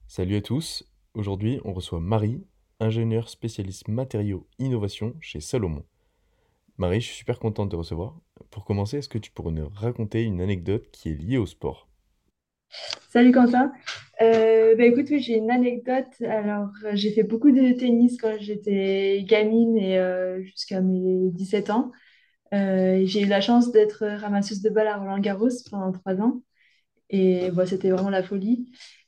Salut à tous, aujourd'hui on reçoit Marie, ingénieure spécialiste matériaux innovation chez Salomon. Marie, je suis super contente de te recevoir. Pour commencer, est-ce que tu pourrais nous raconter une anecdote qui est liée au sport? Salut Quentin. Écoute, oui, j'ai une anecdote. Alors, j'ai fait beaucoup de tennis quand j'étais gamine et jusqu'à mes 17 ans. J'ai eu la chance d'être ramasseuse de balles à Roland-Garros pendant 3 ans. Et bon, c'était vraiment la folie.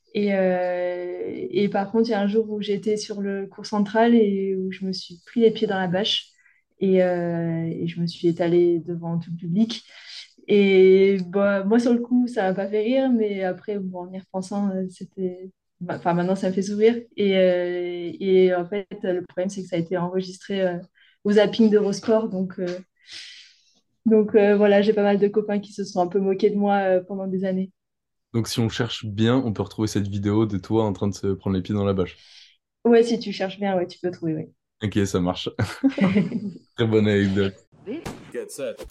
Et par contre, il y a un jour où j'étais sur le court central et où je me suis pris les pieds dans la bâche et je me suis étalée devant tout le public. Et bah, moi, sur le coup, ça m'a pas fait rire, mais après, bon, en y repensant, c'était. Enfin, maintenant, ça me fait sourire. Et en fait, le problème, c'est que ça a été enregistré au zapping d'Eurosport. Donc voilà, j'ai pas mal de copains qui se sont un peu moqués de moi pendant des années. Donc si on cherche bien, on peut retrouver cette vidéo de toi en train de se prendre les pieds dans la bâche. Ouais, si tu cherches bien, ouais, tu peux trouver, ouais. Ok, ça marche. Très bonne anecdote. Get set.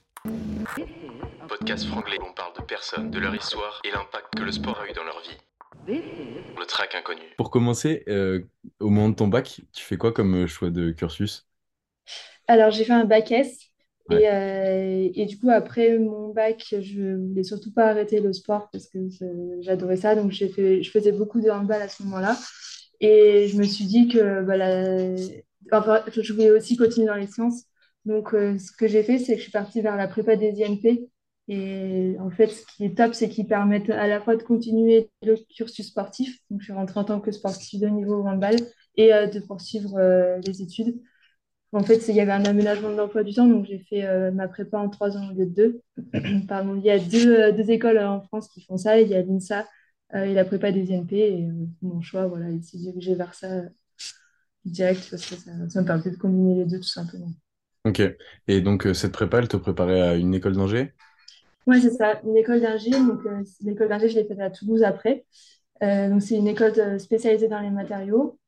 Podcast franglais, on parle de personnes, de leur histoire et l'impact que le sport a eu dans leur vie. Le track inconnu. Pour commencer, au moment de ton bac, tu fais quoi comme choix de cursus? Alors, j'ai fait un bac S Ouais. et du coup, après mon bac, je voulais surtout pas arrêter le sport parce que j'adorais ça. Donc, je faisais beaucoup de handball à ce moment-là. Et je me suis dit que enfin, je voulais aussi continuer dans les sciences. Donc, ce que j'ai fait, c'est que je suis partie vers la prépa des INP. Et en fait, ce qui est top, c'est qu'ils permettent à la fois de continuer le cursus sportif. Donc, je suis rentrée en tant que sportive de niveau au handball et de poursuivre les études. En fait, il y avait un aménagement de l'emploi du temps, donc j'ai fait ma prépa en 3 ans au lieu de deux. Pardon, il y a deux écoles en France qui font ça. Il y a l'INSA et la prépa des INP. Et mon choix, voilà, il s'est dirigé vers ça direct parce que ça me permettait de combiner les deux tout simplement. Ok. Et donc cette prépa, elle te préparait à une école d'ingé? Ouais, c'est ça, une école d'ingé. Donc, l'école d'ingé, je l'ai faite à Toulouse après. Donc, c'est une école spécialisée dans les matériaux.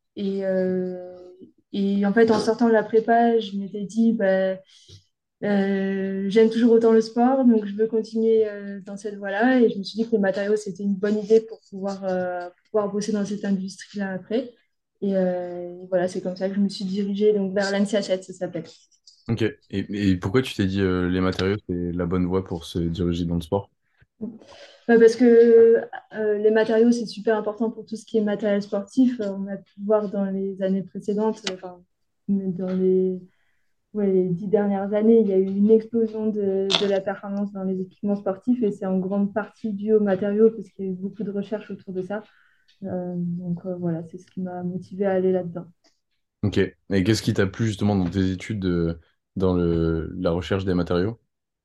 Et en fait, en sortant de la prépa, je m'étais dit, bah, j'aime toujours autant le sport, donc je veux continuer dans cette voie-là. Et je me suis dit que les matériaux, c'était une bonne idée pour pouvoir bosser dans cette industrie-là après. Et voilà, c'est comme ça que je me suis dirigée donc, vers l'ANSI-Hachette, ça s'appelle. Ok. Et pourquoi tu t'es dit les matériaux, c'est la bonne voie pour se diriger dans le sport? Ouais, parce que les matériaux, c'est super important pour tout ce qui est matériel sportif. On a pu voir dans les années précédentes, enfin, dans les 10 dernières années, il y a eu une explosion de la performance dans les équipements sportifs et c'est en grande partie dû aux matériaux parce qu'il y a eu beaucoup de recherches autour de ça. Donc voilà, c'est ce qui m'a motivée à aller là-dedans. Ok. Et qu'est-ce qui t'a plu justement dans tes études dans la recherche des matériaux?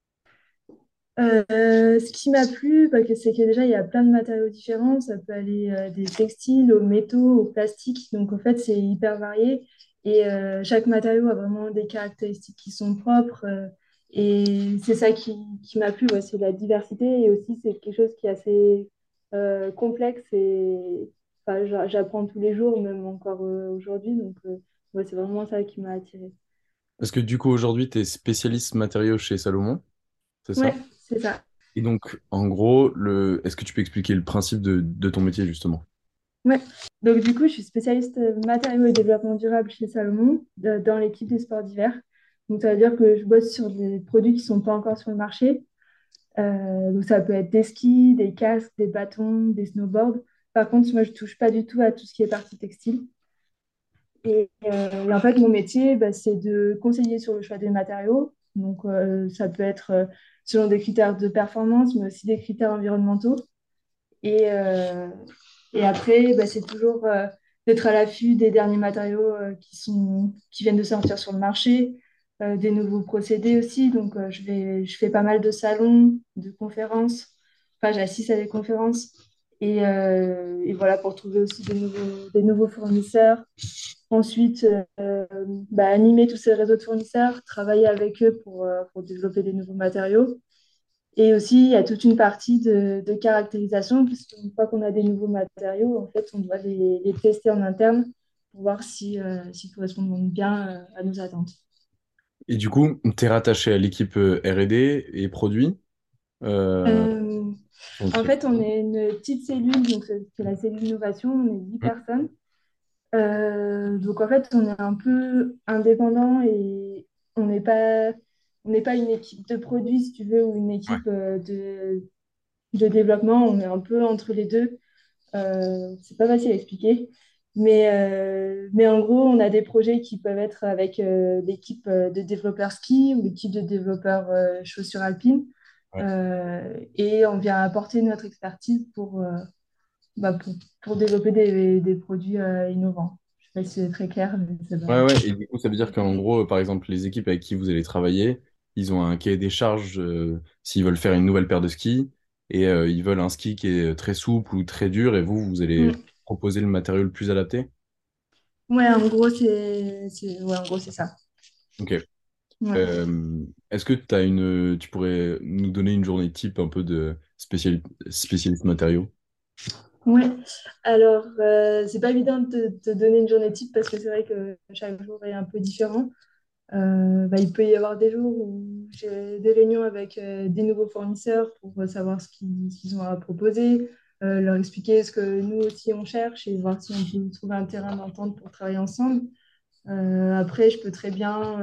Ce qui m'a plu, c'est que déjà, il y a plein de matériaux différents. Ça peut aller des textiles aux métaux, aux plastiques. Donc, en fait, c'est hyper varié. Et chaque matériau a vraiment des caractéristiques qui sont propres. Et c'est ça qui m'a plu, ouais, c'est la diversité. Et aussi, c'est quelque chose qui est assez complexe. Et enfin, j'apprends tous les jours, même encore aujourd'hui. Donc, ouais, c'est vraiment ça qui m'a attirée. Parce que du coup, aujourd'hui, tu es spécialiste matériaux chez Salomon, c'est Ouais, ça? c'est ça. Et donc, en gros, est-ce que tu peux expliquer le principe de ton métier, justement? Ouais. Donc, du coup, je suis spécialiste matériaux et développement durable chez Salomon dans l'équipe des sports d'hiver. Donc, ça veut dire que je bosse sur des produits qui ne sont pas encore sur le marché. Donc, ça peut être des skis, des casques, des bâtons, des snowboards. Par contre, moi, je ne touche pas du tout à tout ce qui est partie textile. Et en fait, mon métier, bah, c'est de conseiller sur le choix des matériaux. Donc, ça peut être selon des critères de performance, mais aussi des critères environnementaux. Et, euh, et après, bah, c'est toujours d'être à l'affût des derniers matériaux qui viennent de sortir sur le marché, des nouveaux procédés aussi. Donc, je fais pas mal de salons, de conférences. Enfin, j'assiste à des conférences. Et voilà, pour trouver aussi des nouveaux fournisseurs. Ensuite, animer tous ces réseaux de fournisseurs, travailler avec eux pour développer des nouveaux matériaux. Et aussi, il y a toute une partie de caractérisation, puisqu'une fois qu'on a des nouveaux matériaux, en fait, on doit les tester en interne pour voir s'ils correspondent bien à nos attentes. Et du coup, tu es rattaché à l'équipe R&D et produits. Euh, Euh, sur une En truc. fait, on est une petite cellule, donc c'est la cellule innovation, on est 10 Hmm. personnes. Donc en fait, on est un peu indépendant et on n'est pas, on n'est pas une équipe de produits, si tu veux, ou une Ouais. équipe de développement. On est un peu entre les deux. C'est pas facile à expliquer. Mais en gros, on a des projets qui peuvent être avec l'équipe de développeurs ski ou l'équipe de développeurs chaussures alpines. Ouais. Et on vient apporter notre expertise bah, pour développer des produits innovants. Je sais pas si c'est très clair, mais ça va. Ouais, ouais, et du coup, ça veut dire qu'en gros, par exemple, les équipes avec qui vous allez travailler, ils ont un cahier des charges s'ils veulent faire une nouvelle paire de skis, et ils veulent un ski qui est très souple ou très dur, et vous allez Mm. proposer le matériau le plus adapté? Ouais, en gros, ouais, en gros, c'est ça. Ok. Ouais. Est-ce que tu pourrais nous donner une journée type un peu de spécialiste matériaux? Ouais. Alors, c'est pas évident de te donner une journée type parce que c'est vrai que chaque jour est un peu différent. Bah, il peut y avoir des jours où j'ai des réunions avec des nouveaux fournisseurs pour savoir ce qu'ils ont à proposer, leur expliquer ce que nous aussi on cherche et voir si on peut trouver un terrain d'entente pour travailler ensemble. Après, je peux très bien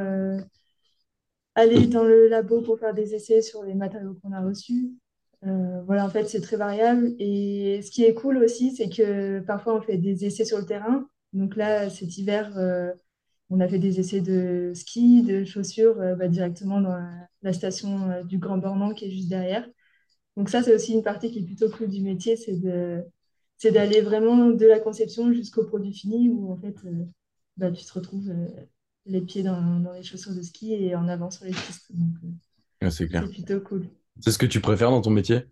aller dans le labo pour faire des essais sur les matériaux qu'on a reçus. Voilà, en fait, c'est très variable. Et ce qui est cool aussi, c'est que parfois on fait des essais sur le terrain. Donc là, cet hiver, on a fait des essais de ski, de chaussures bah, directement dans la station du Grand Bornand qui est juste derrière. Donc ça, c'est aussi une partie qui est plutôt cool du métier, c'est d'aller vraiment de la conception jusqu'au produit fini où en fait, bah, tu te retrouves les pieds dans les chaussures de ski et en avant sur les pistes. Donc Ouais, c'est clair. c'est plutôt cool. C'est ce que tu préfères dans ton métier?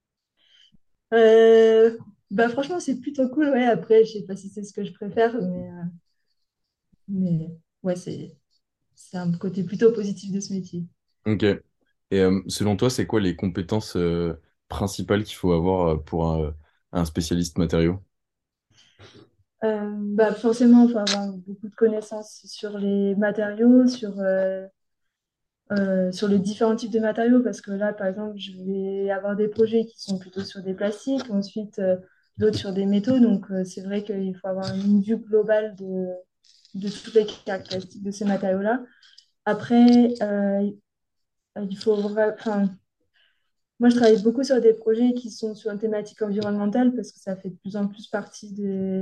Euh, Bah franchement, c'est plutôt cool. Ouais, après, je sais pas si c'est ce que je préfère, mais ouais, c'est un côté plutôt positif de ce métier. Ok. Et selon toi, c'est quoi les compétences principales qu'il faut avoir pour un spécialiste matériaux? Bah forcément, il faut avoir beaucoup de connaissances sur les matériaux, sur les différents types de matériaux, parce que là, par exemple, je vais avoir des projets qui sont plutôt sur des plastiques, ensuite d'autres sur des métaux. Donc, c'est vrai qu'il faut avoir une vue globale de toutes les caractéristiques de ces matériaux-là. Après, enfin, moi, je travaille beaucoup sur des projets qui sont sur une thématique environnementale parce que ça fait de plus en plus partie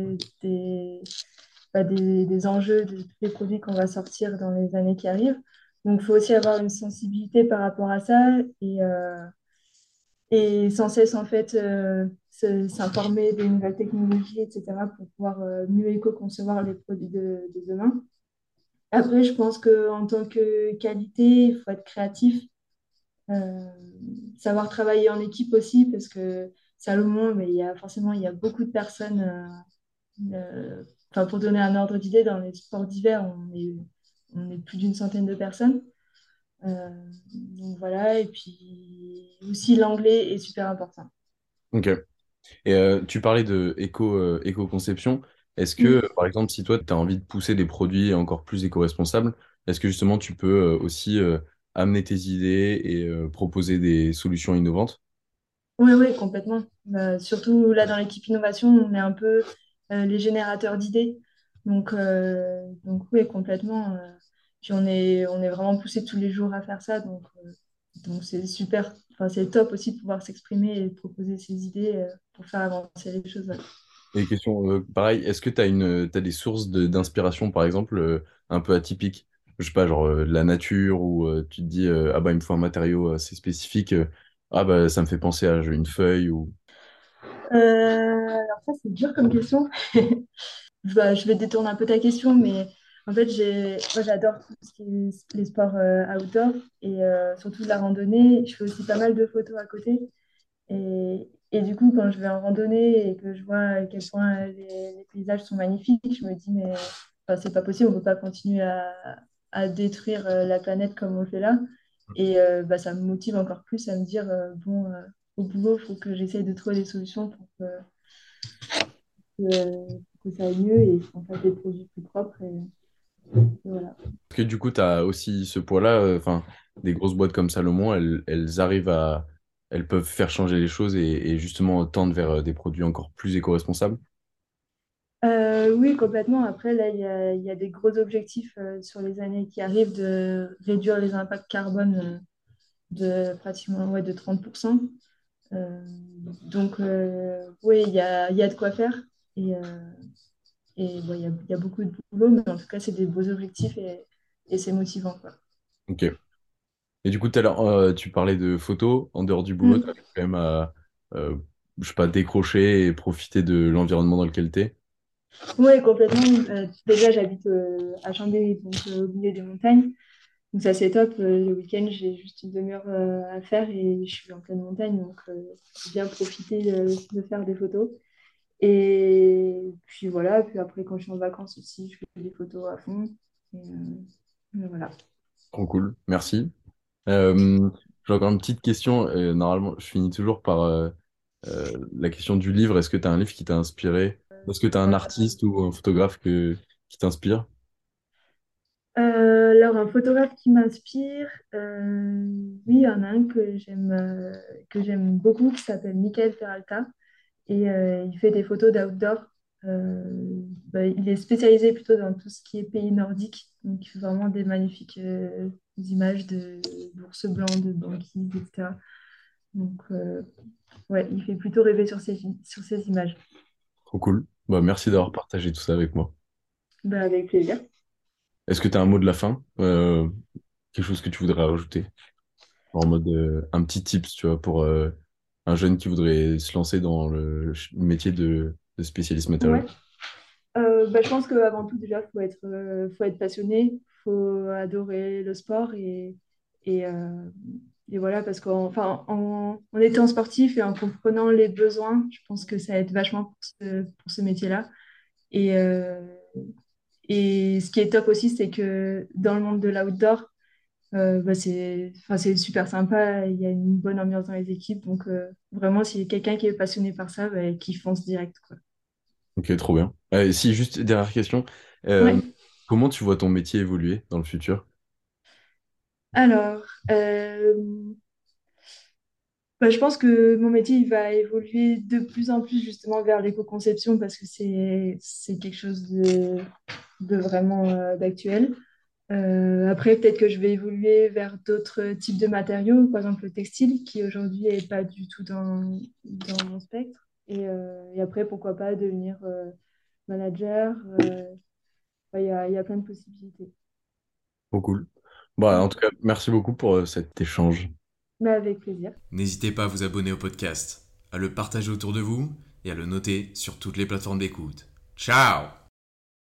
des enjeux de tous les produits qu'on va sortir dans les années qui arrivent. Donc, il faut aussi avoir une sensibilité par rapport à ça et sans cesse, en fait, s'informer des nouvelles technologies, etc., pour pouvoir mieux éco-concevoir les produits de demain. Après, je pense qu'en tant que qualité, il faut être créatif. Euh, Savoir travailler en équipe aussi, parce que Salomon, mais il y a beaucoup de personnes. Enfin, pour donner un ordre d'idée, dans les sports d'hiver, on est plus d'une centaine de personnes. Donc voilà, et puis aussi l'anglais est super important. Ok. Et tu parlais de éco-conception. Est-ce que, Mm. par exemple, si toi, tu as envie de pousser des produits encore plus éco-responsables, est-ce que justement tu peux aussi amener tes idées et proposer des solutions innovantes? Oui, oui, complètement. Surtout là, dans l'équipe innovation, on est un peu les générateurs d'idées. Donc oui, complètement. Puis on est vraiment poussé tous les jours à faire ça. Donc c'est super, enfin, c'est top aussi de pouvoir s'exprimer et de proposer ses idées pour faire avancer les choses. Ouais. Et question, pareil, est-ce que tu as t'as des sources d'inspiration, par exemple, un peu atypiques? Je sais pas, genre la nature, ou tu te dis, ah bah, il me faut un matériau assez spécifique, ah bah, ça me fait penser à une feuille, ou... Alors ça, c'est dur comme question. Bah, je vais détourner un peu ta question, mais en fait, moi, j'adore tout ce qui est les sports outdoor et surtout de la randonnée. Je fais aussi pas mal de photos à côté. Et du coup, quand je vais en randonnée et que je vois à quel point les paysages sont magnifiques, je me dis, mais enfin, c'est pas possible, on ne peut pas continuer à détruire la planète comme on le fait là. Et bah, ça me motive encore plus à me dire, bon, au boulot, il faut que j'essaye de trouver des solutions pour que ça aille mieux et qu'on fasse des produits plus propres. Et voilà. Parce que du coup, tu as aussi ce poids-là, enfin, des grosses boîtes comme Salomon, elles arrivent elles peuvent faire changer les choses et justement tendre vers des produits encore plus éco-responsables? Oui, complètement. Après, là, il y a des gros objectifs sur les années qui arrivent de réduire les impacts carbone de pratiquement ouais, de 30%. Euh, donc, oui, il y a de quoi faire. Et, ouais, il y a beaucoup de boulot, mais en tout cas, c'est des beaux objectifs et c'est motivant, quoi. Ok. Et du coup, tout à l'heure, tu parlais de photos. En dehors du boulot, tu Mm. arrives quand même à, euh, je sais pas, décrocher et profiter de l'environnement dans lequel tu es. Oui, complètement. Déjà, j'habite à Chambéry, donc au milieu des montagnes. Donc ça, c'est top. Le week-end, j'ai juste une demi-heure à faire et je suis en pleine montagne, donc j'ai bien profiter de faire des photos. Et puis voilà, puis après, quand je suis en vacances aussi, je fais des photos à fond. Et voilà. Trop cool. Merci. Euh, j'ai encore une petite question. Normalement, je finis toujours par la question du livre. Est-ce que tu as un livre qui t'a inspiré? Est-ce que tu as un artiste ou un photographe qui t'inspire? Alors, un photographe qui m'inspire, oui, il y en a un que j'aime beaucoup qui s'appelle Michael Peralta. Et il fait des photos d'outdoor. Euh, il est spécialisé plutôt dans tout ce qui est pays nordiques. Donc, il fait vraiment des magnifiques images d'ours blancs, de banquises, etc. Donc, ouais, il fait plutôt rêver sur ces images. Trop cool. Bah, merci d'avoir partagé tout ça avec moi. Ben, avec plaisir. Est-ce que tu as un mot de la fin? Quelque chose que tu voudrais rajouter? En mode un petit tips, tu vois, pour un jeune qui voudrait se lancer dans le métier de spécialiste Ouais. matériaux. Je pense qu'avant tout, déjà, faut être passionné, faut adorer le sport et, euh, et voilà, parce en étant sportif et en comprenant les besoins, je pense que ça aide vachement pour ce métier-là. Et, euh, et ce qui est top aussi, c'est que dans le monde de l'outdoor, c'est super sympa, il y a une bonne ambiance dans les équipes. Donc, vraiment, s'il y a quelqu'un qui est passionné par ça, qui fonce direct, quoi. Ok, trop bien. Si, juste dernière question. Ouais. Comment tu vois ton métier évoluer dans le futur? Alors, je pense que mon métier il va évoluer de plus en plus justement vers l'éco-conception parce que c'est quelque chose de vraiment d'actuel. Après, peut-être que je vais évoluer vers d'autres types de matériaux, par exemple le textile, qui aujourd'hui n'est pas du tout dans mon spectre. Et après, pourquoi pas devenir manager. Il y a plein de possibilités. Trop cool. Bah, en Mm. tout cas, merci beaucoup pour cet échange. Mais avec plaisir. N'hésitez pas à vous abonner au podcast, à le partager autour de vous et à le noter sur toutes les plateformes d'écoute. Ciao!